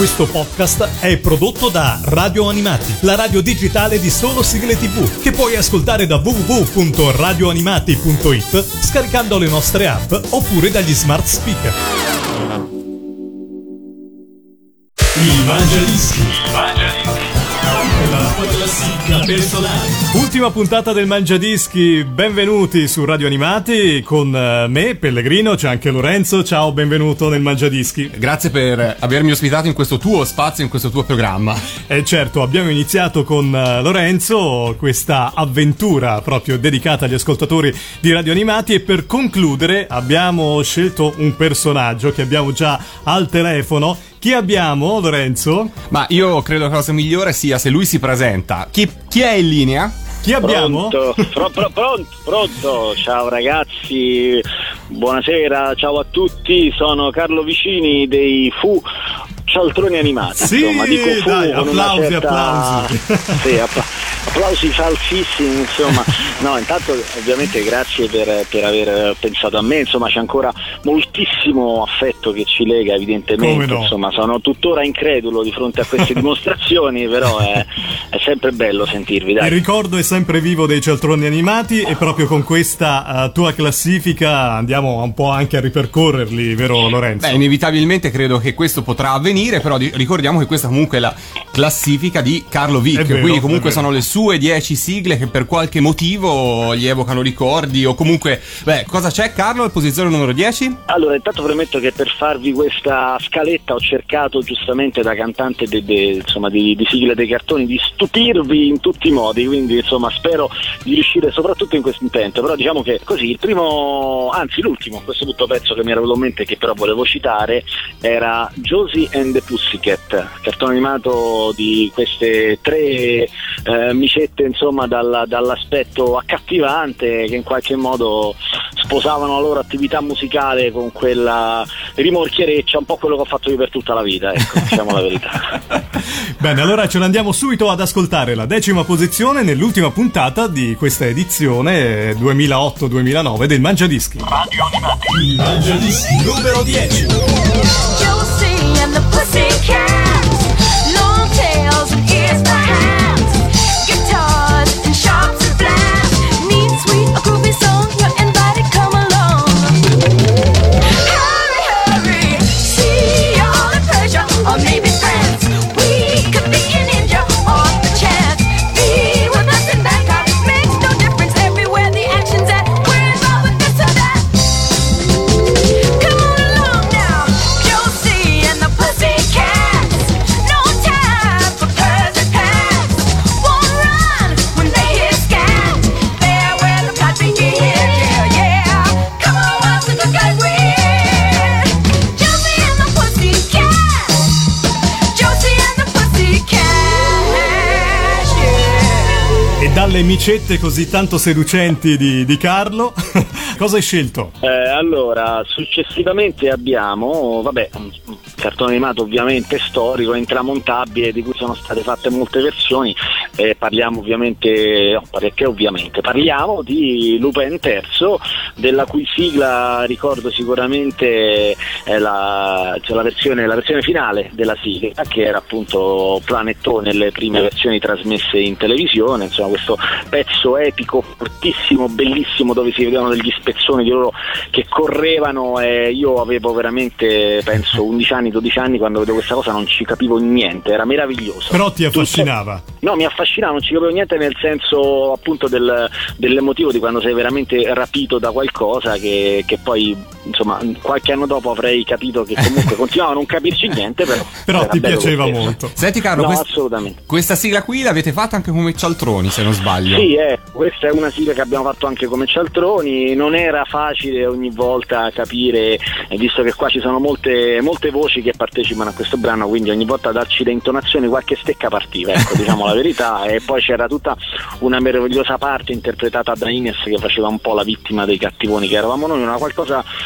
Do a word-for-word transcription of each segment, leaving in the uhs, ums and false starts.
Questo podcast è prodotto da Radio Animati, la radio digitale di solo sigle tivù, che puoi ascoltare da w w w punto radio animati punto i t scaricando le nostre app oppure dagli smart speaker. Il Mangiadischi. Il Mangiadischi. La tua classifica personale. Ultima puntata del Mangiadischi, benvenuti su Radio Animati con me, Pellegrino, c'è anche Lorenzo, ciao, benvenuto nel Mangiadischi. Grazie per avermi ospitato in questo tuo spazio, in questo tuo programma. E certo, abbiamo iniziato con Lorenzo questa avventura proprio dedicata agli ascoltatori di Radio Animati e per concludere abbiamo scelto un personaggio che abbiamo già al telefono. Chi abbiamo, Lorenzo? Ma io credo che la cosa migliore sia se lui si presenta. Chi, chi è in linea? Chi abbiamo? Pronto, pro, pro, pronto, pronto, ciao ragazzi, buonasera, ciao a tutti, sono Carlo Vicini dei Fu Cialtroni Animati. Sì, insomma, dico Fu dai, con applausi, una certa... applausi. Sì, app- applausi falsissimi, insomma. No, intanto ovviamente grazie per, per aver pensato a me, insomma c'è ancora moltissimo affetto che ci lega evidentemente. Come no? Insomma sono tuttora incredulo di fronte a queste dimostrazioni, però è, è sempre bello sentirvi, dai. Il ricordo è sempre vivo dei Cialtroni Animati e proprio con questa uh, tua classifica andiamo un po' anche a ripercorrerli, vero Lorenzo? Beh, inevitabilmente credo che questo potrà avvenire, però di- ricordiamo che questa comunque è la classifica di Carlo Vic, È vero, quindi comunque è vero. sono le sue dieci sigle che per qualche motivo gli evocano ricordi o comunque, beh, cosa c'è Carlo al posizione numero dieci? Allora, intanto premetto che per farvi questa scaletta ho cercato giustamente da cantante de, de, insomma, di, di sigle dei cartoni di stupirvi in tutti i modi, quindi insomma spero di riuscire soprattutto in questo intento, però diciamo che così il primo, anzi l'ultimo a questo punto pezzo che mi era venuto in mente che però volevo citare era Josie and the Pussycat, cartone animato di queste tre eh, micette insomma dalla, dall'aspetto accattivante che in qualche modo sposavano la loro attività musicale con quella rimorchiereccia, un po' quello che ho fatto io per tutta la vita, ecco, diciamo la verità. Bene, allora ce l'andiamo subito ad ascoltare la decima posizione nell'ultima puntata di questa edizione duemilaotto duemilanove del Mangiadischi. Radio Animati. Il Mangiadischi numero dieci. Josie and the Pussycats, long tails and ears for hands, guitars and sharps and flats, neat, sweet, a groovy song, you're invited, come along. Hurry, hurry, see all the pleasure, or maybe friends, we could be an ninja or the chance, be with us in Bangkok, makes no difference everywhere the action's at, we're involved with this or that. Come on along now, Josie and the Pussycats. No time for present past. Won't run when they hear scat. They're where the plot begins. Yeah, yeah. Come on, what's the good guy win? Josie and the Pussycats. Josie and the Pussycats. Yeah. E dalle micette così tanto seducenti di, di Carlo, cosa hai scelto? Eh, allora, successivamente abbiamo, vabbè, un cartone animato ovviamente storico, intramontabile, di cui sono state fatte molte versioni, eh, parliamo ovviamente, no, perché ovviamente, parliamo di Lupin terzo, della cui sigla ricordo sicuramente eh, la, cioè la, versione, la versione finale della sigla, che era appunto Planettone nelle prime versioni trasmesse in televisione, insomma questo pezzo epico, fortissimo, bellissimo, dove si vedevano degli spezzoni di loro che correvano e io avevo veramente, penso, undici anni, dodici anni quando vedevo questa cosa, non ci capivo niente, era meraviglioso. Però ti affascinava? Tutto... No, mi affascinava, non ci capivo niente nel senso appunto del, dell'emotivo di quando sei veramente rapito da qualcosa che, che poi insomma qualche anno dopo avrei capito che comunque continuavo a non capirci niente, però Però ti piaceva molto. Senti Carlo, no, quest- assolutamente. questa sigla qui l'avete fatta anche come Cialtroni, se non sbaglio. Sì, eh, questa è una sigla che abbiamo fatto anche come Cialtroni, non era facile ogni volta capire, eh, visto che qua ci sono molte, molte voci che partecipano a questo brano, quindi ogni volta darci le intonazioni qualche stecca partiva, ecco, diciamo la verità, e poi c'era tutta una meravigliosa parte interpretata da Ines che faceva un po' la vittima dei cattivoni che eravamo noi, una qualcosa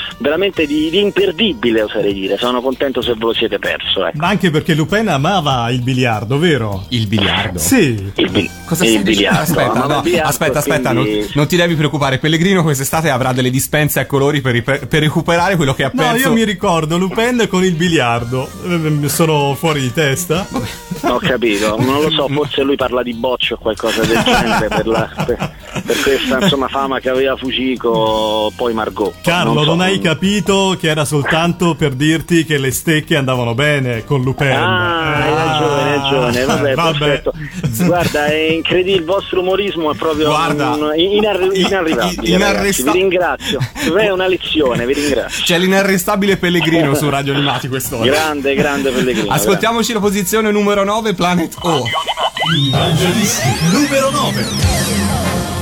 veramente di, di imperdibile, oserei dire. Sono contento se ve lo siete perso, ecco. Ma anche perché Lupin amava il biliardo, vero? Il biliardo? Sì. Il, bil- Cosa il stai dicendo? biliardo, Aspetta, amava no, il biliardo, aspetta, aspetta, quindi- non, non ti devi preoccupare. Pellegrino quest'estate avrà delle dispense a colori per, ripe- per recuperare quello che ha No, perso. io mi ricordo Lupin con il biliardo. Eh, Sono fuori di testa. Ho capito, non lo so, forse lui parla di bocce o qualcosa del genere per, la, per, per questa insomma fama che aveva Fujiko, poi Margot. Carlo, non, so, hai capito che era soltanto per dirti che le stecche andavano bene con Lupin. Ah, hai ragione, hai ragione, vabbè, vabbè. perfetto. Guarda, è incredibile, il vostro umorismo è proprio Guarda, un, inar- inarrivabile, in- ragazzi, inarresta- vi ringrazio, è una lezione, vi ringrazio. C'è l'inarrestabile Pellegrino su Radio Animati quest'ora. Grande, grande Pellegrino. Ascoltiamoci la posizione numero nove, Planet O. Il Mangiadischi numero nove.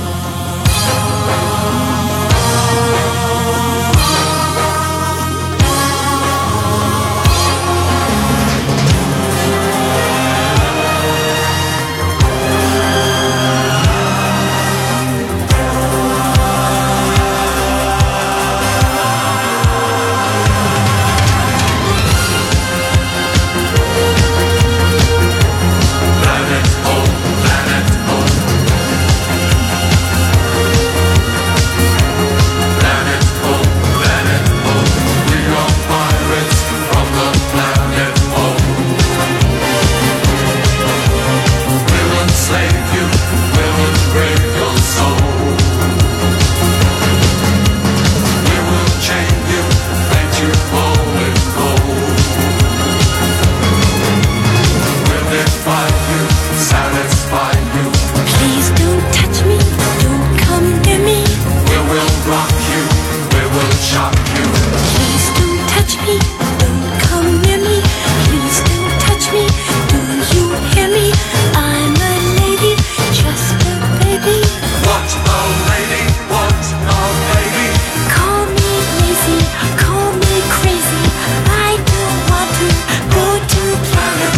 Please don't touch me, don't come near me. We will rock you, we will shock you. Please don't touch me, don't come near me. Please don't touch me, do you hear me? I'm a lady, just a baby. What a lady, what a baby. Call me lazy, call me crazy. I don't want to go to planet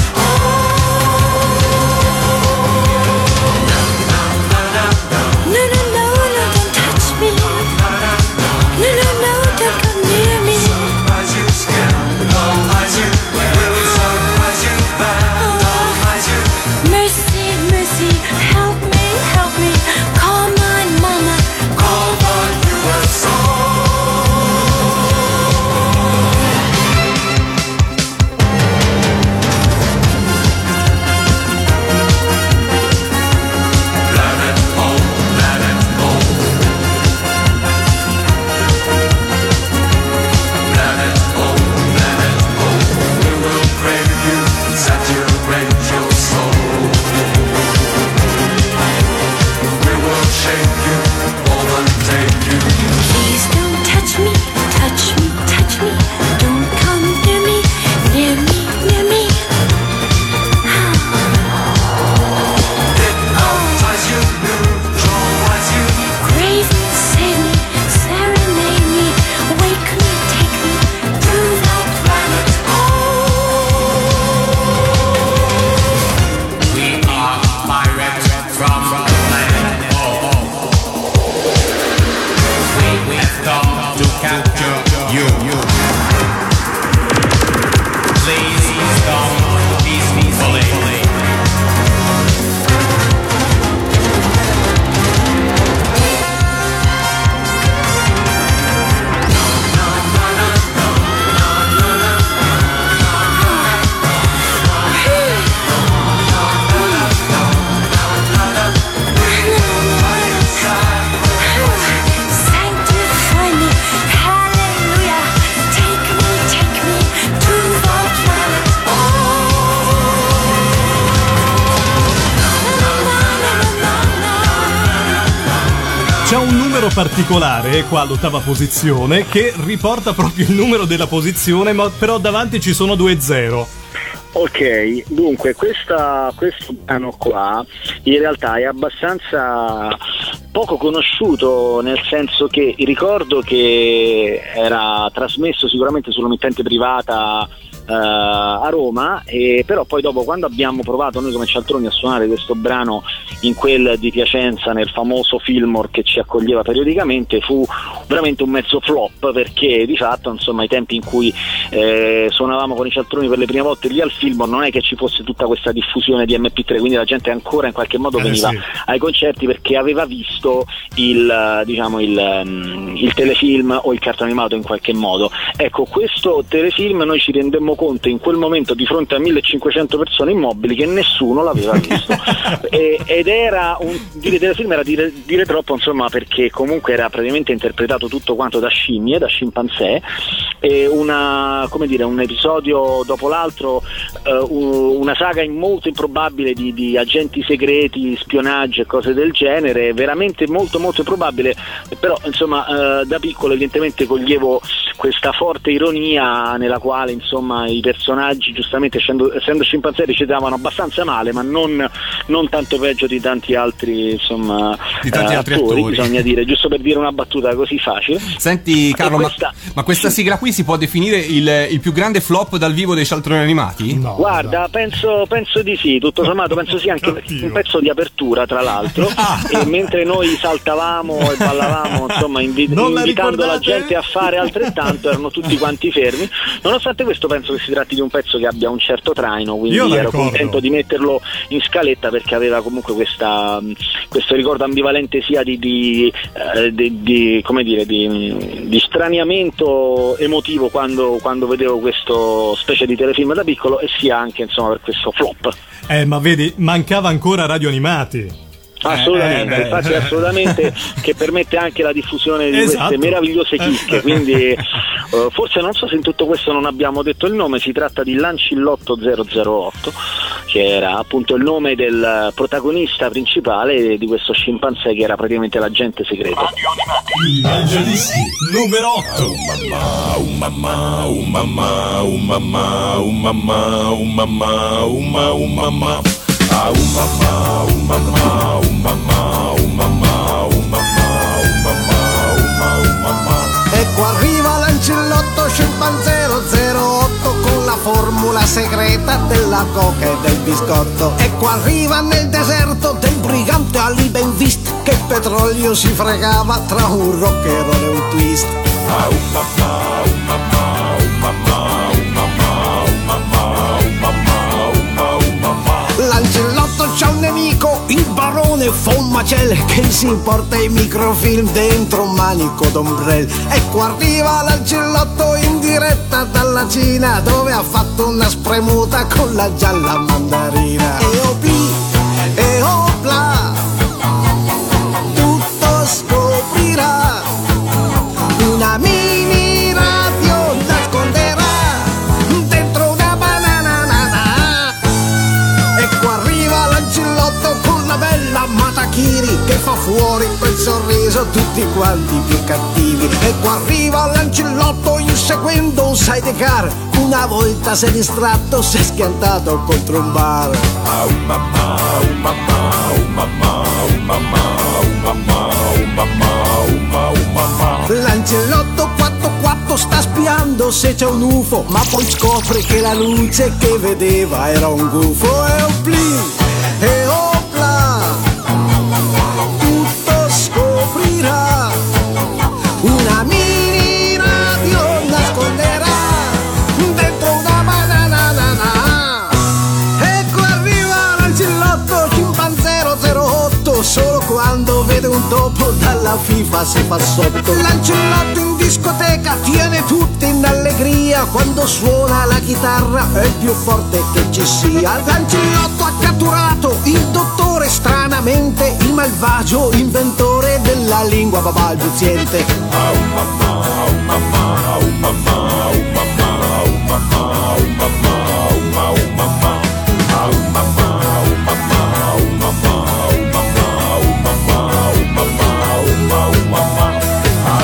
No, no, no, no, don't touch me. No, no, no, don't come near me. Surprise you, scandalize you. We'll surprise you, vandalize you. Mercy, mercy, help me, help me. Call my mama. Call the U S O. Planet home, planet home. Planet home, planet home. We will crave you, saturate your soul. We will shake you, overtake you. Please don't touch me, touch me, touch me. Don't come near me, near me, near me. Hypnotize you, neutralize you. Crazy, save me, serenade me, wake me, take me to the planet. We are pirates from planet O. We have come to capture you. Please come peacefully. Sanctify me, hallelujah. Take me, take me to the planet. C'è un numero particolare qua all'ottava posizione che riporta proprio il numero della posizione, ma però davanti ci sono due zero. Ok, dunque questa, questo brano qua in realtà è abbastanza poco conosciuto, nel senso che ricordo che era trasmesso sicuramente sull'emittente privata uh, a Roma, e però poi dopo, quando abbiamo provato noi come Cialtroni a suonare questo brano in quel di Piacenza, nel famoso Fillmore che ci accoglieva periodicamente, fu veramente un mezzo flop, perché di fatto, insomma, ai tempi in cui eh, suonavamo con i Cialtroni per le prime volte lì al Fillmore non è che ci fosse tutta questa diffusione di M P tre, quindi la gente ancora in qualche modo eh, veniva sì. ai concerti perché aveva visto il, diciamo, il, il telefilm o il cartone animato in qualche modo. Ecco, questo telefilm noi ci rendemmo conto in quel momento di fronte a millecinquecento persone immobili che nessuno l'aveva visto e, ed era un dire telefilm era dire, dire troppo, insomma, perché comunque era praticamente interpretato tutto quanto da scimmie, da scimpanzé, e una, come dire, un episodio dopo l'altro, eh, una saga molto improbabile di, di agenti segreti, spionaggio e cose del genere, veramente molto molto improbabile, però insomma eh, da piccolo evidentemente coglievo questa forte ironia nella quale, insomma, i personaggi, giustamente essendo, essendo scimpanzé, recitavano abbastanza male, ma non, non tanto peggio di tanti altri, insomma, di tanti eh, altri attori, attori, bisogna dire, giusto per dire una battuta così facile. Senti Carlo, questa, ma, ma questa sì. sigla qui si può definire il, il più grande flop dal vivo dei Cialtroni animati? No, Guarda, no. penso, penso di sì, tutto sommato penso sia anche Oddio. un pezzo di apertura, tra l'altro, Ah. e mentre noi saltavamo e ballavamo, insomma, invi- Non la invitando la ricordate? gente a fare altrettanto, erano tutti quanti fermi. Nonostante questo penso che si tratti di un pezzo che abbia un certo traino, quindi Io la ero ricordo. contento di metterlo in scaletta, perché aveva comunque questa, questo ricordo ambivalente sia di, di, eh, di, di come dire, di, di straniamento emotivo quando, quando vedevo questo specie di telefilm da piccolo, e sia anche, insomma, per questo flop. Eh, ma vedi, mancava ancora Radio Animati. Assolutamente, Eh, eh, infatti beh. assolutamente, che permette anche la diffusione di Esatto. queste meravigliose chicche, Eh. quindi eh, forse non so se in tutto questo non abbiamo detto il nome. Si tratta di Lancillotto zero zero otto, che era appunto il nome del protagonista principale di questo scimpanzé, che era praticamente l'agente segreto. Il Mangiadischi numero otto. Umama, umama, umama, umama, umama, umama, umama. Ah, umama, umama, umama, umama, umama, umama, umama. Ecco arriva Lancillotto Scimpanzero zero otto con la formula segreta della coca e del biscotto. Ecco arriva nel deserto del brigante Ali Ben Vist, che il petrolio si fregava tra un rockerone e un twist. Ah, umama, umama, umama, umama, umama, umama, umama, umama. Lancillotto c'ha un nemico, il barone Von Macel, che si importa i microfilm dentro un manico d'ombrelle. Ecco arriva Lancillotto in diretta dalla Cina, dove ha fatto una spremuta con la gialla mandarina. E opì, e opla, tutto scoprirà, una mini radio nasconderà dentro una banana. Ecco arriva Lancillotto con la bella Matachiri, che fa fuori quel sorriso tutti quanti più cattivi. Ecco arriva Lancillotto inseguendo un sidecar, una volta si è distratto, si è schiantato contro un bar. Ah, umama, umama, umama, umama, umama, umama, umama, umama. Lancillotto quattro quattro sta spiando se c'è un U F O, ma poi scopre che la luce che vedeva era un gufo. E opli, e opla, tutto scoprirà, una mini radio nasconderà dentro una banana. Ecco arriva Lancillotto Scimpanzero zero otto, solo quando vede un topo dalla FIFA si fa sotto. Lancillotto in discoteca tiene tutti in allegria, quando suona la chitarra è il più forte che ci sia. Lancillotto ha catturato il dottore, stranamente il malvagio inventore della lingua balbuziente. Ah, umama, umama, umama, umama, umama, umama, umama, umama. Ah, umama, umama, umama, umama, umama, umama, umama, umama. Ah,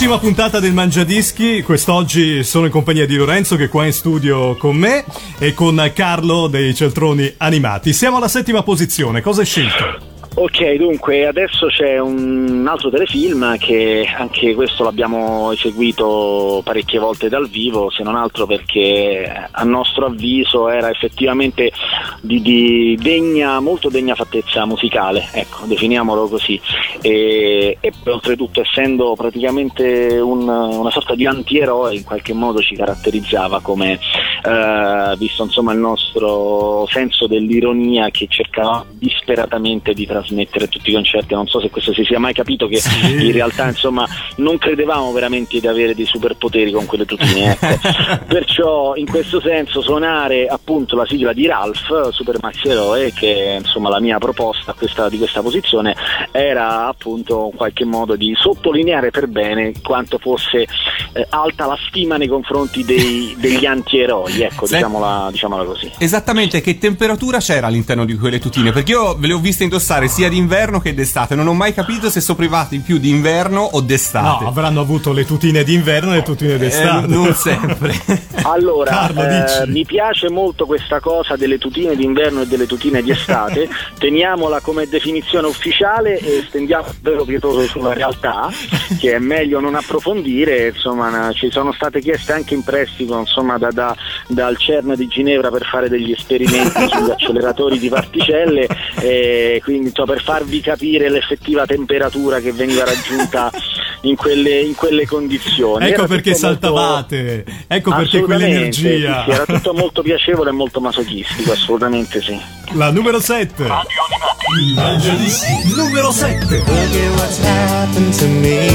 Ultima puntata del Mangiadischi, quest'oggi sono in compagnia di Lorenzo che è qua in studio con me e con Carlo dei Celtroni Animati. Siamo alla settima posizione, cosa hai scelto? Ok, dunque adesso c'è un altro telefilm che anche questo l'abbiamo eseguito parecchie volte dal vivo, se non altro perché a nostro avviso era effettivamente di, di degna, molto degna fattezza musicale, ecco, definiamolo così. E, e oltretutto, essendo praticamente un, una sorta di antieroe, in qualche modo ci caratterizzava come eh, visto insomma il nostro senso dell'ironia che cercava disperatamente di trasmettere a tutti i concerti. Non so se questo si sia mai capito, che sì, in realtà insomma non credevamo veramente di avere dei superpoteri con quelle tutine, ecco. Perciò in questo senso suonare appunto la sigla di Ralph, Super Maxi Eroe, che è insomma la mia proposta questa, di questa posizione, era appunto in qualche modo di sottolineare per bene quanto fosse eh, alta la stima nei confronti dei, degli antieroi, ecco, diciamola, diciamola così. Esattamente, che temperatura c'era all'interno di quelle tutine? Perché io ve le ho viste indossare sia d'inverno che d'estate, non ho mai capito se sopravvivati più d'inverno o d'estate. No, avranno avuto le tutine d'inverno e le tutine d'estate. Eh, non sempre. Allora, Carlo, eh, mi piace molto questa cosa delle tutine d'inverno e delle tutine di estate, teniamola come definizione ufficiale e stendiamo il velo pietoso sulla realtà, che è meglio non approfondire. Insomma, ci sono state chieste anche in prestito insomma da, da, dal CERN di Ginevra per fare degli esperimenti sugli acceleratori di particelle, e quindi insomma, per farvi capire l'effettiva temperatura che veniva raggiunta in quelle, in quelle condizioni. Ecco Era perché saltavate, molto... ecco perché quell'energia. Sì, sì, era tutto molto piacevole e molto masochistico, assolutamente sì. La numero sette. Il Mangiadischi numero sette. Look at what's happened to me.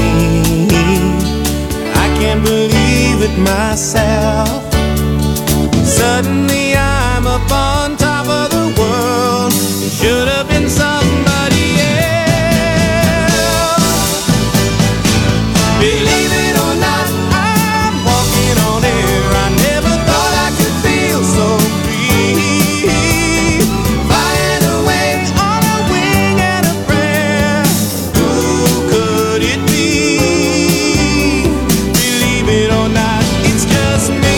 I can't believe it myself. Suddenly I'm up on top of the world. It should have been somebody else. Believe it or not, I'm walking on air. I never thought I could feel so free. Flying away on a wing and a prayer. Who could it be? Believe it or not, it's just me.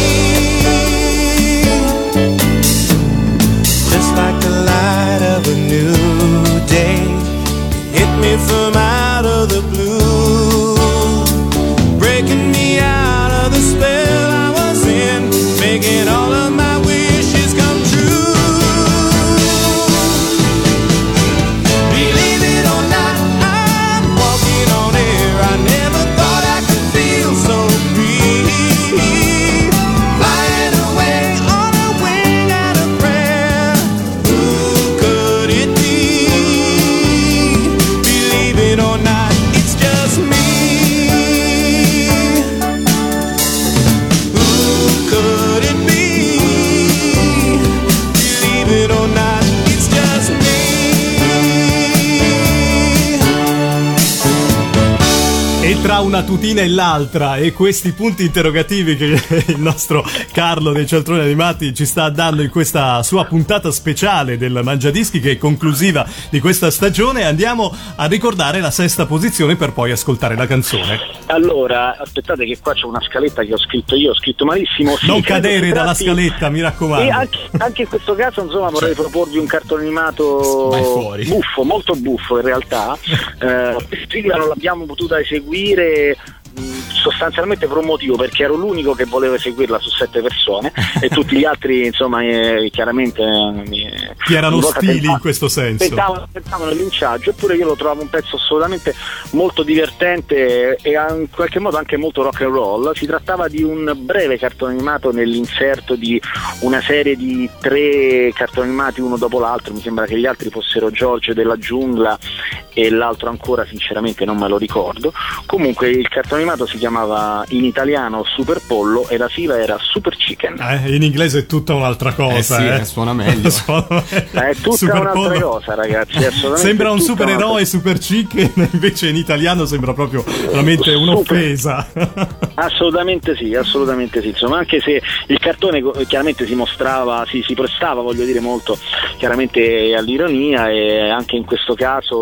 Just like the light of a new day, hit me from out of the blue, breaking me out of the spell I was in, making all of my wishes come true. Believe it or not, I'm walking on air. I never thought I could feel so free. Flying away on a wing and a prayer. Who could it be? Believe it or not, it's just me. Who could it be? Believe it or not, it's just me. E tra una tutina e l'altra e questi punti interrogativi che il nostro Carlo dei Celtroni Animati ci sta dando in questa sua puntata speciale del Mangiadischi, che è conclusiva di questa stagione, andiamo a ricordare la sesta posizione per poi ascoltare la canzone. Allora, aspettate che qua c'è una scaletta che ho scritto io, ho scritto malissimo. Sì, Non credo cadere si dalla tratti- scaletta, mi raccomando. E anche, anche in questo caso insomma vorrei proporvi un cartone animato Vai fuori. buffo, molto buffo in realtà. Eh, questa non l'abbiamo potuta eseguire mh, sostanzialmente per un motivo, perché ero l'unico che voleva eseguirla su sette persone e tutti gli altri insomma eh, chiaramente eh, Ti erano ogni volta ostili tentavano- in questo senso. Pensavano, pensavano al linciaggio, eppure io lo trovavo un pezzo assolutamente molto divertente e in qualche modo anche molto rock and roll. Si trattava di un breve cartone animato nell'inserto di una serie di tre cartoni animati uno dopo l'altro. Mi sembra che gli altri fossero George della giungla e l'altro ancora sinceramente non me lo ricordo. Comunque il cartone animato si chiamava in italiano Super Pollo e la sigla era Super Chicken. Eh, in inglese è tutta un'altra cosa. Eh sì, eh. suona meglio. Suona meglio. È tutta Super un'altra Pollo. cosa, ragazzi, assolutamente. Sembra un tutta supereroe un'altra- super chicken, invece in italiano sembra proprio veramente un'offesa. Assolutamente sì, assolutamente sì. Insomma, anche se il cartone eh, chiaramente si mostrava, si, si prestava, voglio dire, molto chiaramente all'ironia, e anche in questo caso io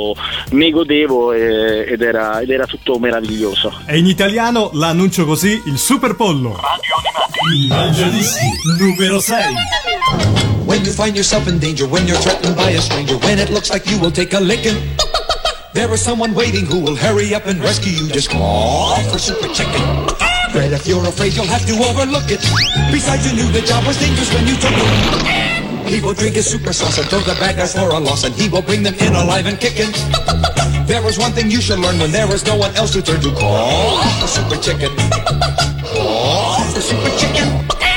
io mi godevo e, ed, era, ed era tutto meraviglioso. E in italiano l'annuncio così, il Super Pollo. Il Mangiadischi numero sei. When you find yourself in danger, when you're threatened by a stranger, when it looks like you will take a licking, there is someone waiting who will hurry up and rescue you. Just call for Super Chicken. Fred, if you're afraid, you'll have to overlook it. Besides, you knew the job was dangerous when you took it. He will drink his super sauce and throw the bad guys for a loss, and he will bring them in alive and kicking. There is one thing you should learn when there is no one else to turn to. Call for Super Chicken. Call for Super Chicken.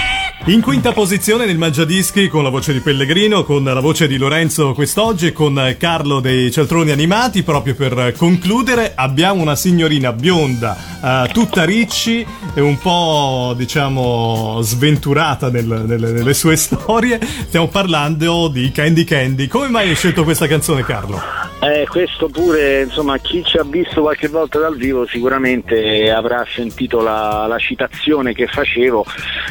In quinta posizione nel Mangiadischi, con la voce di Pellegrino, con la voce di Lorenzo quest'oggi e con Carlo dei Cialtroni Animati, proprio per concludere, abbiamo una signorina bionda, eh, tutta ricci e un po', diciamo, sventurata nel, nelle, nelle sue storie. Stiamo parlando di Candy Candy. Come mai hai scelto questa canzone, Carlo? Eh, questo pure, insomma, chi ci ha visto qualche volta dal vivo sicuramente avrà sentito la, la citazione che facevo,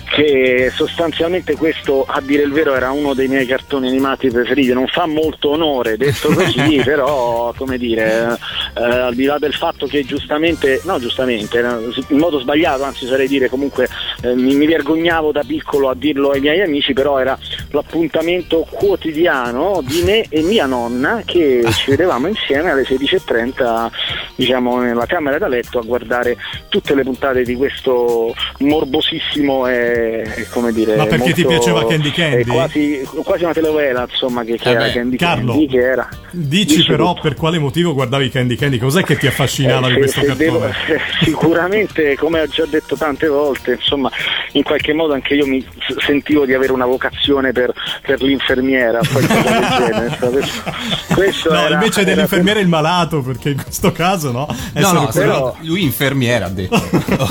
che sostanzialmente questo, a dire il vero, era uno dei miei cartoni animati preferiti. Non fa molto onore detto così, però, come dire, eh, al di là del fatto che giustamente, no giustamente, in modo sbagliato, anzi sarei dire comunque, eh, mi, mi vergognavo da piccolo a dirlo ai miei amici, però era l'appuntamento quotidiano di me e mia nonna, che ci vedevamo insieme alle sedici e trenta, diciamo, nella camera da letto a guardare tutte le puntate di questo morbosissimo e, come dire, ma perché molto, ti piaceva Candy Candy? Quasi, quasi una telenovela, insomma, che, che Eh era beh, Candy Carlo, Candy, che era. Dici, Dici però tutto. per quale motivo guardavi Candy Candy? Cos'è che ti affascinava Eh, di se- questo se cartone? devo- eh, sicuramente, come ho già detto tante volte, insomma, in qualche modo anche io mi s- sentivo di avere una vocazione per, per l'infermiera, qualcosa del genere. Questo, questo No, era- invece era- dell'infermiera il malato, perché in questo caso no. No, Essere no, curato- però- lui infermiera ha detto.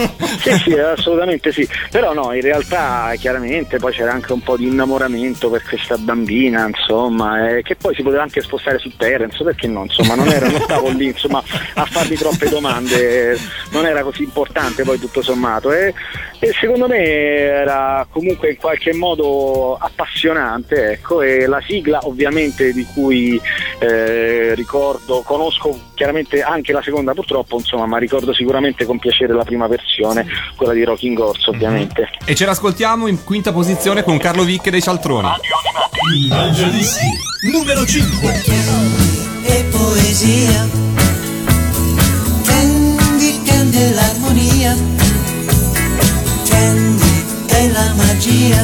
Sì, sì, assolutamente sì. Però no, in realtà chiaramente poi c'era anche un po' di innamoramento per questa bambina, insomma, eh, che poi si poteva anche spostare su Terence, perché no, insomma, non, era, non stavo lì, insomma, a farmi troppe domande, non era così importante poi tutto sommato. E, e secondo me era comunque in qualche modo appassionante, ecco, e la sigla ovviamente di cui eh, ricordo, conosco chiaramente anche la seconda purtroppo, insomma, ma ricordo sicuramente con piacere la prima versione, quella di Rocking Horse ovviamente. E ce l'ascoltiamo in quinta posizione con Carlo Vicche dei Cialtroni. Il Mangiadischi numero cinque. E poesia, Candy Candy è l'armonia, Candy è la magia,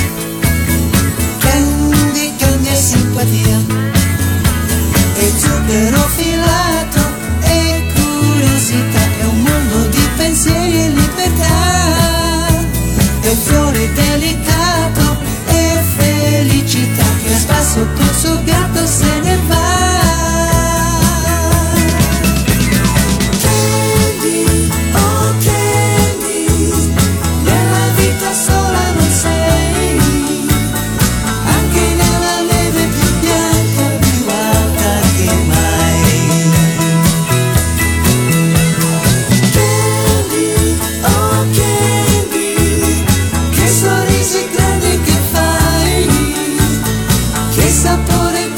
Candy Candy è simpatia, è zucchero filato, è curiosità, è un mondo di pensieri e libertà, è fiore delicato, è felicità che a spasso col suo gatto se ne va. Candy, oh Candy, nella vita sola non sei, anche nella neve più bianca, più alta che mai. Candy, oh Candy, che sorrisi grandi che fai, che sapore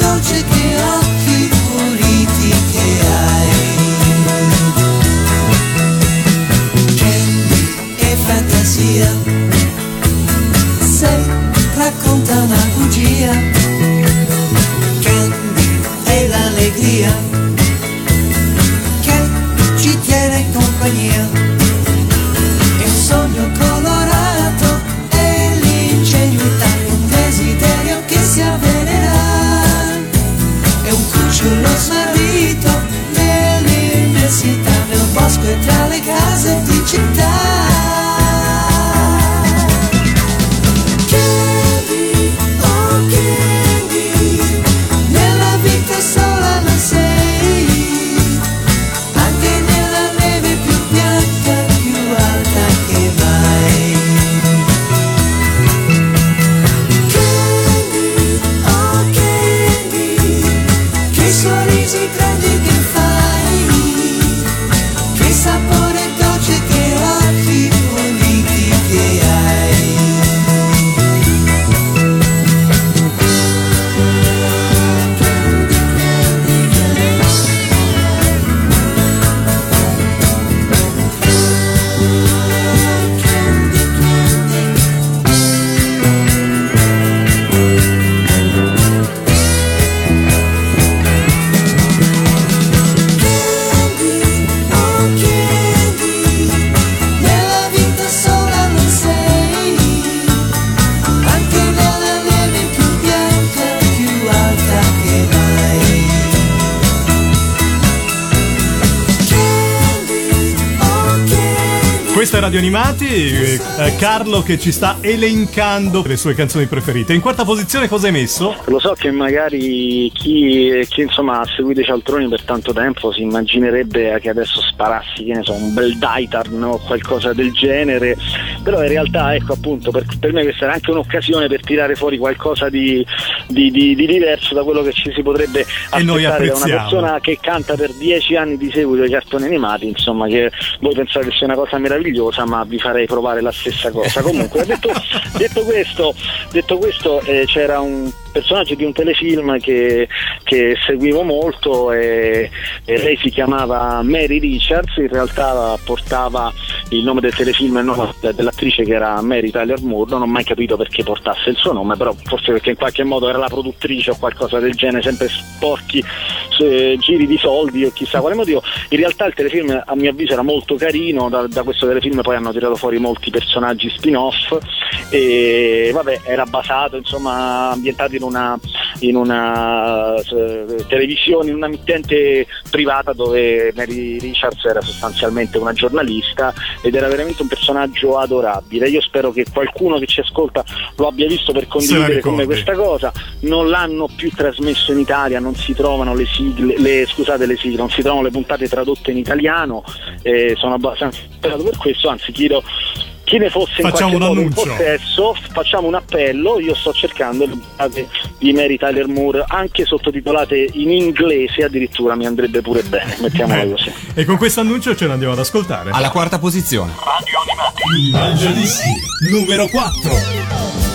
Questa è Radio Animati, eh, Carlo che ci sta elencando le sue canzoni preferite. In quarta posizione cosa hai messo? Lo so che magari chi, chi insomma ha seguito i cialtroni per tanto tempo si immaginerebbe che adesso sparassi, che ne so, un bel Daitarn o qualcosa del genere, però in realtà ecco appunto per, per me questa era anche un'occasione per tirare fuori qualcosa di, di, di, di diverso da quello che ci si potrebbe aspettare da una persona che canta per dieci anni di seguito i cartoni animati, insomma, che voi pensate che sia una cosa meravigliosa, ma vi farei provare la stessa cosa. Comunque detto, detto questo, detto questo eh, c'era un personaggio di un telefilm che, che seguivo molto e, e lei si chiamava Mary Richards, in realtà portava il nome del telefilm e il nome dell'attrice che era Mary Tyler Moore. Non ho mai capito perché portasse il suo nome, però forse perché in qualche modo era la produttrice o qualcosa del genere, sempre sporchi eh, giri di soldi o chissà quale motivo. In realtà il telefilm a mio avviso era molto carino, da, da questo telefilm poi hanno tirato fuori molti personaggi spin-off e vabbè, era basato insomma ambientato in una in una uh, televisione, in una mittente privata dove Mary Richards era sostanzialmente una giornalista ed era veramente un personaggio adorabile. Io spero che qualcuno che ci ascolta lo abbia visto per condividere con me questa cosa. Non l'hanno più trasmesso in Italia, non si trovano le sigle, le, scusate le sigle, non si trovano le puntate tradotte in italiano, eh, sono abbastanza disperato per questo, anzi chiedo chi ne fosse facciamo in qualche modo in annuncio. possesso, facciamo un appello. Io sto cercando le puntate di Mary Tyler Moore anche sottotitolate in inglese, addirittura mi andrebbe pure bene, mettiamola Eh, così. E con questo annuncio ce l'andiamo ad ascoltare. Alla quarta posizione. Radio Animati, il Mangiadischi numero quattro.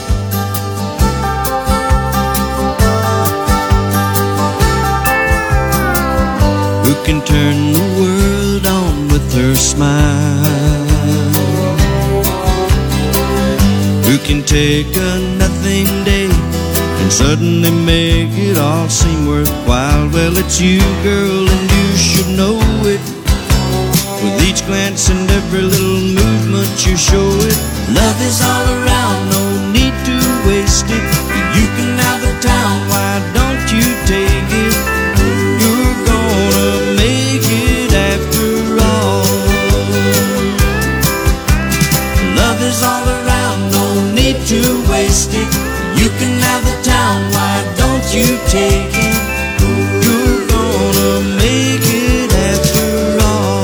Who can turn the world on with her smile? Who can take a nothing day and suddenly make it all seem worthwhile? Well, it's you, girl, and you should know it. With each glance and every little movement you show it. Love is all around, no need to waste it. You can have the town, why don't you take it? You're gonna make it after all. Love is all around, no need to waste it. You can have the town, why don't you take it? You're gonna make it after all.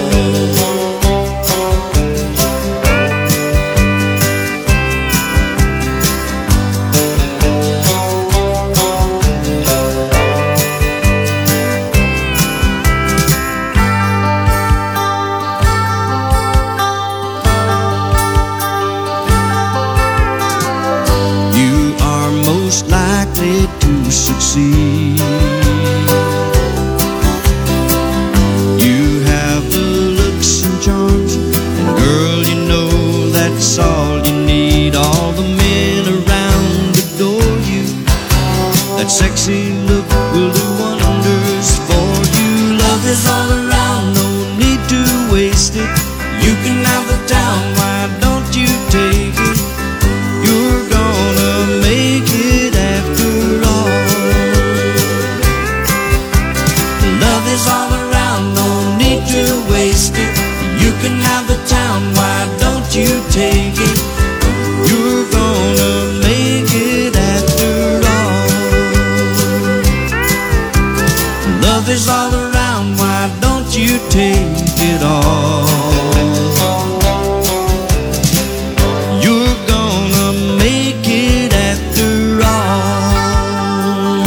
You are most likely to succeed. You have the looks and charms, and girl, you know that's all you need. All the men around adore you. That sexy look will do wonders for you. Love is all around, no need to waste it. You can have the town, why don't you take it? You're gonna make it after all. Love is all around, no need to waste it. You can have the town, why don't you take it? You're gonna make it after all. Love is all around, why don't you take it all? You're gonna make it after all.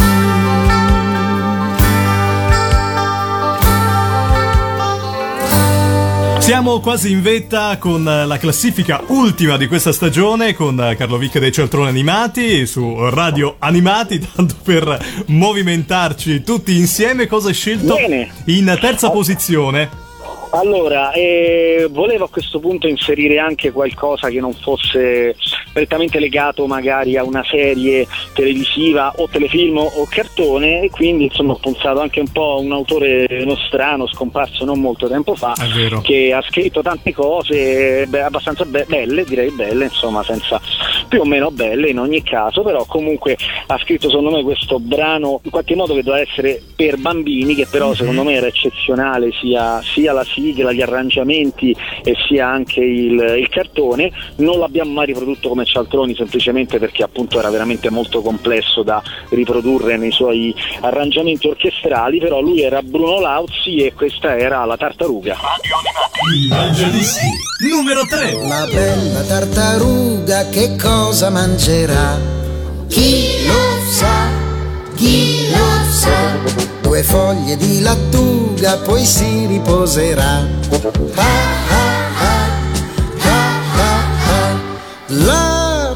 Siamo quasi in vetta con la classifica ultima di questa stagione con Carlo Vic dei Cialtroni Animati su Radio Animati, tanto per movimentarci tutti insieme. Cosa hai scelto? Bene. In terza posizione? Allora, eh, volevo a questo punto inserire anche qualcosa che non fosse prettamente legato magari a una serie televisiva o telefilm o cartone, e quindi insomma ho pensato anche un po' a un autore nostrano scomparso non molto tempo fa, È vero. che ha scritto tante cose beh, abbastanza be- belle, direi belle, insomma senza più o meno belle in ogni caso, però comunque ha scritto secondo me questo brano in qualche modo che doveva essere per bambini, che però secondo me era eccezionale, sia, sia la sigla, gli arrangiamenti e sia anche il, il cartone. Non l'abbiamo mai riprodotto come Cialtroni, semplicemente perché appunto era veramente molto complesso da riprodurre nei suoi arrangiamenti orchestrali, però lui era Bruno Lauzi e questa era La Tartaruga. Il Mangiadischi numero tre. La bella tartaruga che cosa mangerà? Chi lo sa, chi lo sa? Due foglie di lattuga poi si riposerà. Ah, ah, ah, ah, ah, ah. La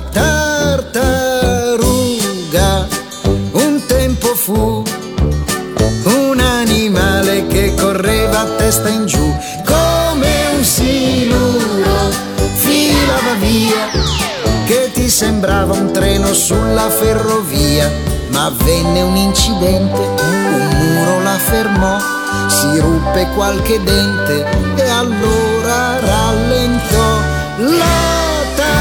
tartaruga un tempo fu un animale che correva a testa in giù, come un siluro filava via, che ti sembrava un treno sulla ferrovia. Ma avvenne un incidente, un muro la fermò, si ruppe qualche dente e allora rallentò. La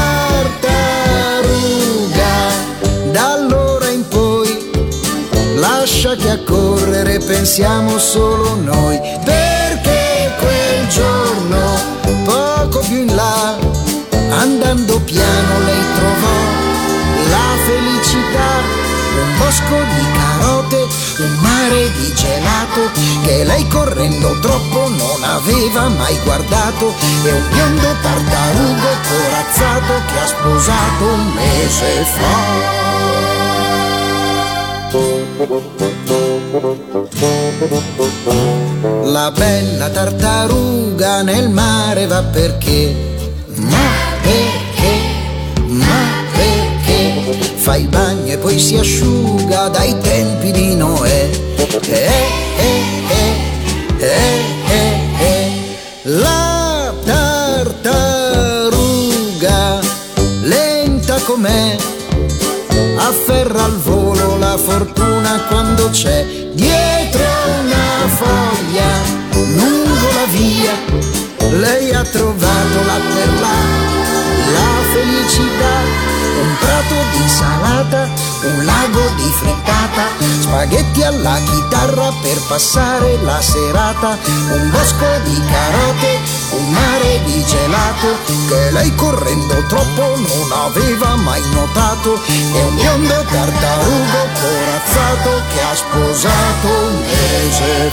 tartaruga da allora in poi lascia che a correre pensiamo solo noi, perché quel giorno poco più in là, andando piano, lei trovò la felicità. Un bosco di carote, un mare di gelato, che lei correndo troppo non aveva mai guardato, e un biondo tartarugo corazzato che ha sposato un mese fa. La bella tartaruga nel mare va perché, ma perché, ma fa il bagno e poi si asciuga dai tempi di Noè. Eh, eh, eh, eh, eh, eh. La tartaruga, lenta com'è, afferra al volo la fortuna quando c'è. Dietro una foglia, lungo la via, lei ha trovato là per là la felicità. Un prato di insalata, un lago di frittata, spaghetti alla chitarra per passare la serata, un bosco di carote, un mare di gelato, che lei correndo troppo non aveva mai notato, e un biondo tartarugo corazzato che ha sposato un mese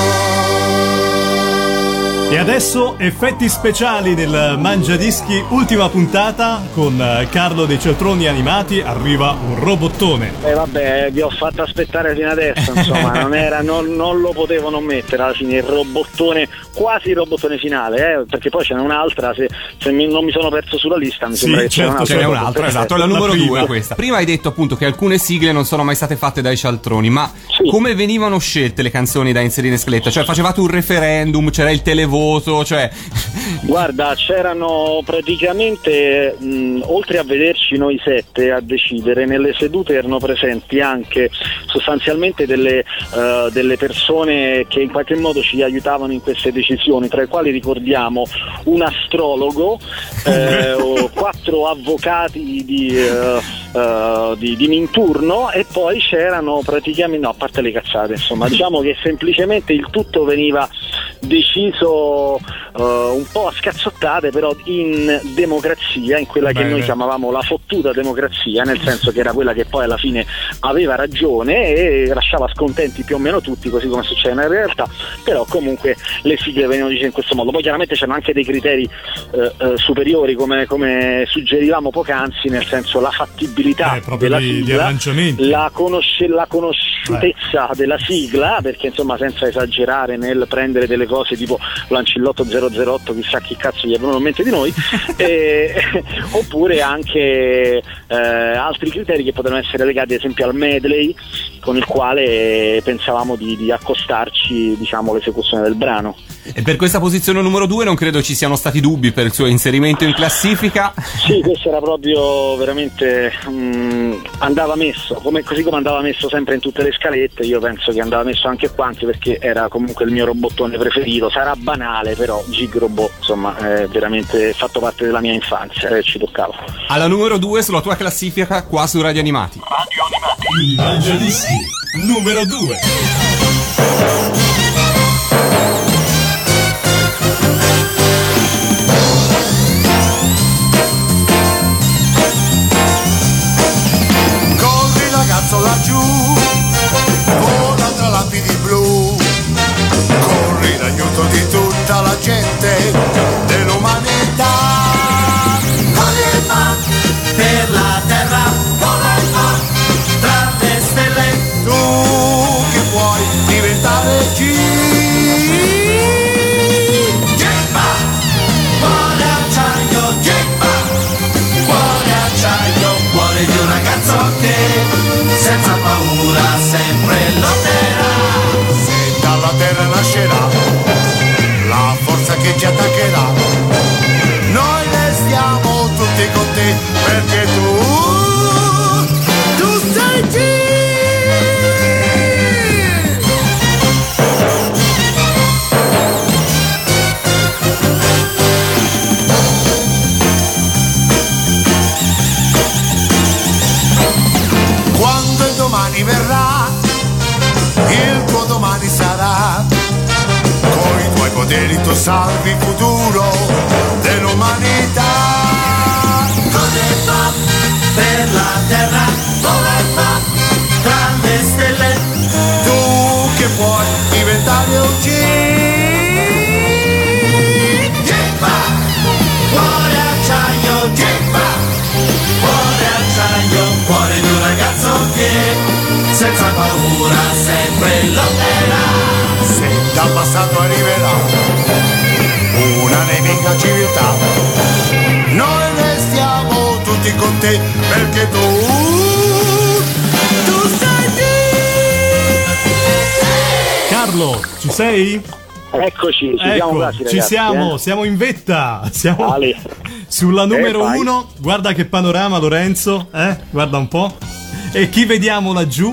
fa. E adesso effetti speciali del Mangiadischi, ultima puntata con Carlo dei Cialtroni Animati. Arriva un robottone. E eh vabbè, vi ho fatto aspettare fino adesso, insomma, non, era, non, non lo potevo non mettere alla fine il robottone, quasi il robottone finale, eh, perché poi ce n'è un'altra, se, se mi, non mi sono perso sulla lista, mi sì, sembra che certo, c'è un'altra. Ce n'è un'altra, esatto, è la numero due questa. Prima hai detto appunto che alcune sigle non sono mai state fatte dai Cialtroni, ma sì, come venivano scelte le canzoni da inserire in scaletta? Cioè facevate un referendum, c'era il televoto? Cioè... Guarda, c'erano praticamente mh, oltre a vederci noi sette a decidere, nelle sedute erano presenti anche sostanzialmente delle, uh, delle persone che in qualche modo ci aiutavano in queste decisioni, tra i quali ricordiamo un astrologo, eh, o quattro avvocati di, uh, uh, di, di Minturno, e poi c'erano praticamente, no, a parte le cazzate, insomma, diciamo che semplicemente il tutto veniva deciso uh, un po' a scazzottate, però in democrazia, in quella Bene. che noi chiamavamo la fottuta democrazia, nel senso che era quella che poi alla fine aveva ragione e lasciava scontenti più o meno tutti, così come succede nella realtà, però comunque le sigle venivano dicute in questo modo. Poi chiaramente c'erano anche dei criteri eh, eh, superiori, come, come suggerivamo poc'anzi, nel senso la fattibilità eh, della di, sigla, di la, conosce, la conosciutezza eh. della sigla, perché insomma senza esagerare nel prendere delle cose tipo Lancillotto zero zero otto, chissà chi cazzo gli è venuto in mente di noi, e, oppure anche eh, altri criteri che potevano essere legati ad esempio al medley con il quale pensavamo di, di accostarci, diciamo, l'esecuzione del brano. E per questa posizione numero due non credo ci siano stati dubbi per il suo inserimento in classifica. Sì, questo era proprio veramente mh, andava messo, come, così come andava messo sempre in tutte le scalette, io penso che andava messo anche qua, anche perché era comunque il mio robottone preferito. Sarà banale, però Gig Robot, insomma, è veramente fatto parte della mia infanzia e ci toccava. Alla numero due sulla tua classifica qua su Radio Animati. Radio Animati. Il Mangiadischi numero due. Corri ragazzo laggiù, vola tra lampidi blu, corri l'aiuto di tutta la gente dell'umanità. Corri il ma per la terra, vola il ma tra le stelle, tu che puoi diventare G. Gemma, cuore acciaio, Gemma, cuore acciaio, cuore di un ragazzo che senza paura sempre lotterà. Se dalla terra nascerà la forza che ci attaccherà, noi restiamo tutti con te perché tu, tu sei G. Quando il domani verrà, il tuo domani sarà, con i tuoi poteri tu salvi il futuro dell'umanità. Cosa fa per la terra, vola fa tra le stelle, tu che puoi diventare un G. Gemma, cuore acciaio, Gemma, cuore acciaio, cuore di un ragazzo che senza paura sempre lotterà. Se dal passato arriverà una nemica civiltà, noi restiamo tutti con te perché tu, tu sei G. Carlo, ci sei? Eccoci, ci siamo Ecco, quasi, ci ragazzi, siamo, eh. siamo in vetta. Siamo Ale. sulla numero vai. uno. Guarda che panorama, Lorenzo, eh? Guarda un po'. E chi vediamo laggiù?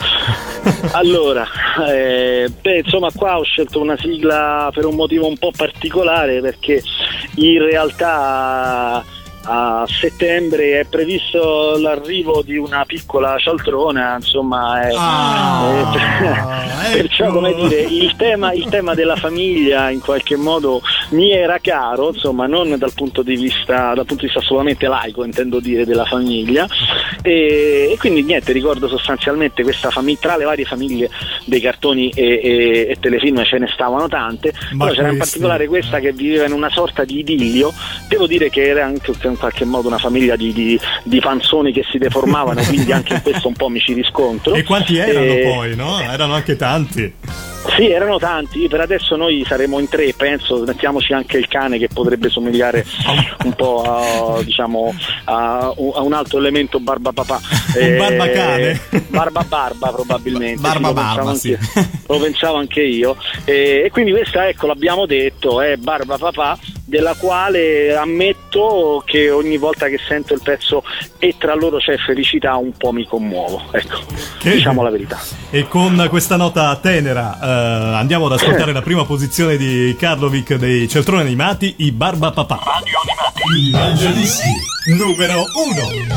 Allora, eh, beh, insomma, qua ho scelto una sigla per un motivo un po' particolare, perché in realtà a settembre è previsto l'arrivo di una piccola cialtrona, insomma, è, Ah, è- perciò, ecco. come dire, il tema, il tema della famiglia in qualche modo mi era caro, insomma, non dal punto di vista dal punto di vista assolutamente laico, intendo dire, della famiglia, e, e quindi niente, ricordo sostanzialmente questa famiglia, tra le varie famiglie dei cartoni e, e, e telefilm ce ne stavano tante, Ma però c'era in questi- particolare questa che viveva in una sorta di idillio. Devo dire che era anche in qualche modo una famiglia di, di, di panzoni che si deformavano, quindi anche in questo un po' mi ci riscontro. E quanti erano E- poi, no? Erano anche tanti. Sì, erano tanti, per adesso noi saremo in tre, penso, mettiamoci anche il cane che potrebbe somigliare un po' a, diciamo, a, a un altro elemento barba papà. Un barbacane? Barba barba probabilmente. Barba sì, lo barba, pensavo sì. anche- Lo pensavo anche io. E, e quindi questa, ecco, l'abbiamo detto, è Barba papà, della quale ammetto che ogni volta che sento il pezzo E tra loro c'è felicità un po' mi commuovo, ecco, Che- diciamo la verità. E con questa nota tenera eh, andiamo ad ascoltare la prima posizione di Karlovic dei Celtroni Animati, i Barba Papà. Radio Animati. Il Mangiadischi numero uno.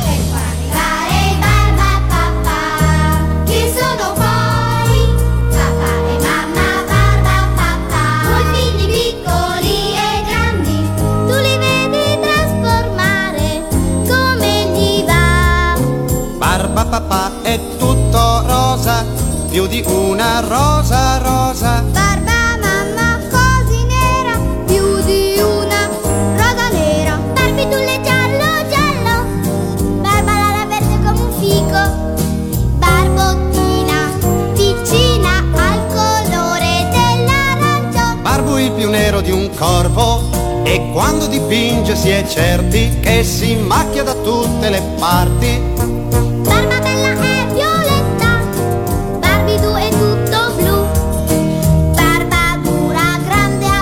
Fare barba papà, chi sono poi? Papà e mamma barba papà, coi figli piccoli e grandi, tu li vedi trasformare come gli va. Barba papà è tutto rosa, più di una rosa rosa. Barba mamma così nera, più di una rosa nera. Barbitulle giallo giallo, barba l'ala verde come un fico. Barbottina vicina al colore dell'arancio. Barbu il più nero di un corvo, e quando dipinge si è certi che si macchia da tutte le parti. Barba bella è violetta, Barbidu è tutto blu. Barba dura grande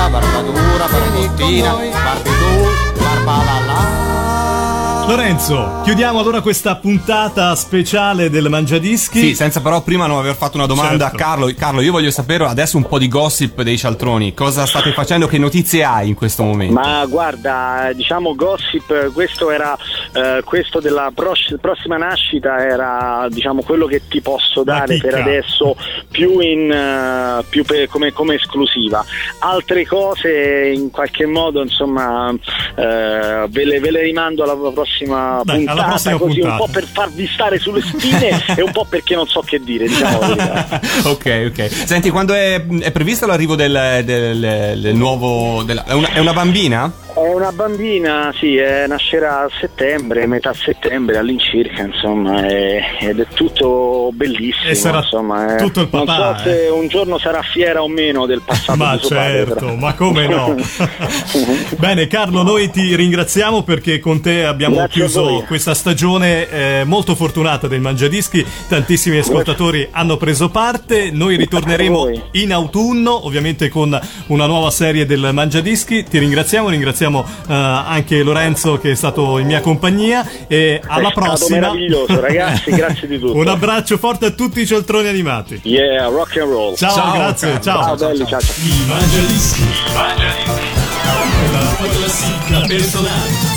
barba, barba dura, barbottina, barbidù, barba la la. Lorenzo, chiudiamo allora questa puntata speciale del Mangiadischi. Sì, senza però prima non aver fatto una domanda Certo. a Carlo. Carlo, io voglio sapere adesso un po' di gossip dei cialtroni. Cosa state facendo? Che notizie hai in questo momento? Ma guarda, diciamo gossip, questo era eh, questo della pros- prossima nascita era diciamo quello che ti posso dare chicca. per adesso più in eh, più per- come, come esclusiva. Altre cose in qualche modo insomma eh, ve, le, ve le rimando alla prossima Dai, puntata, alla prossima così puntata. un po' per farvi stare sulle spine e un po' perché non so che dire, diciamo la verità. Ok, ok. Senti, quando è, è previsto l'arrivo del, del, del nuovo... Della, è, una, è una bambina? È una bambina, sì, eh, nascerà a settembre, metà settembre all'incirca, insomma, è- ed è tutto bellissimo. E sarà insomma, eh. tutto il papà, Non so se eh. un giorno sarà fiera o meno del passato Ma di suo padre, certo, però. ma come no? Bene Carlo, noi ti ringraziamo perché con te abbiamo Grazie a chiuso voi. questa stagione eh, molto fortunata del Mangiadischi, tantissimi ascoltatori hanno preso parte, noi ritorneremo A voi. in autunno ovviamente con una nuova serie del Mangiadischi, ti ringraziamo, ringraziamo eh, anche Lorenzo che è stato in mia compagnia e alla È stato prossima. meraviglioso, ragazzi, grazie di tutto. Un abbraccio forte a tutti i cialtroni animati. Yeah, rock and roll. Ciao, Ciao, grazie, Carlo. ciao. Ciao, belli, ciao, ciao. Il Mangiadischi. Il Mangiadischi. La tua classifica personale.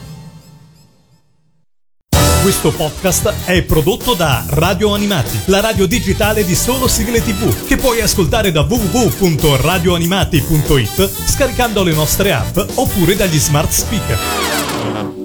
Questo podcast è prodotto da Radio Animati, la radio digitale di solo sigle tivù, che puoi ascoltare da w w w punto radioanimati punto it scaricando le nostre app oppure dagli smart speaker.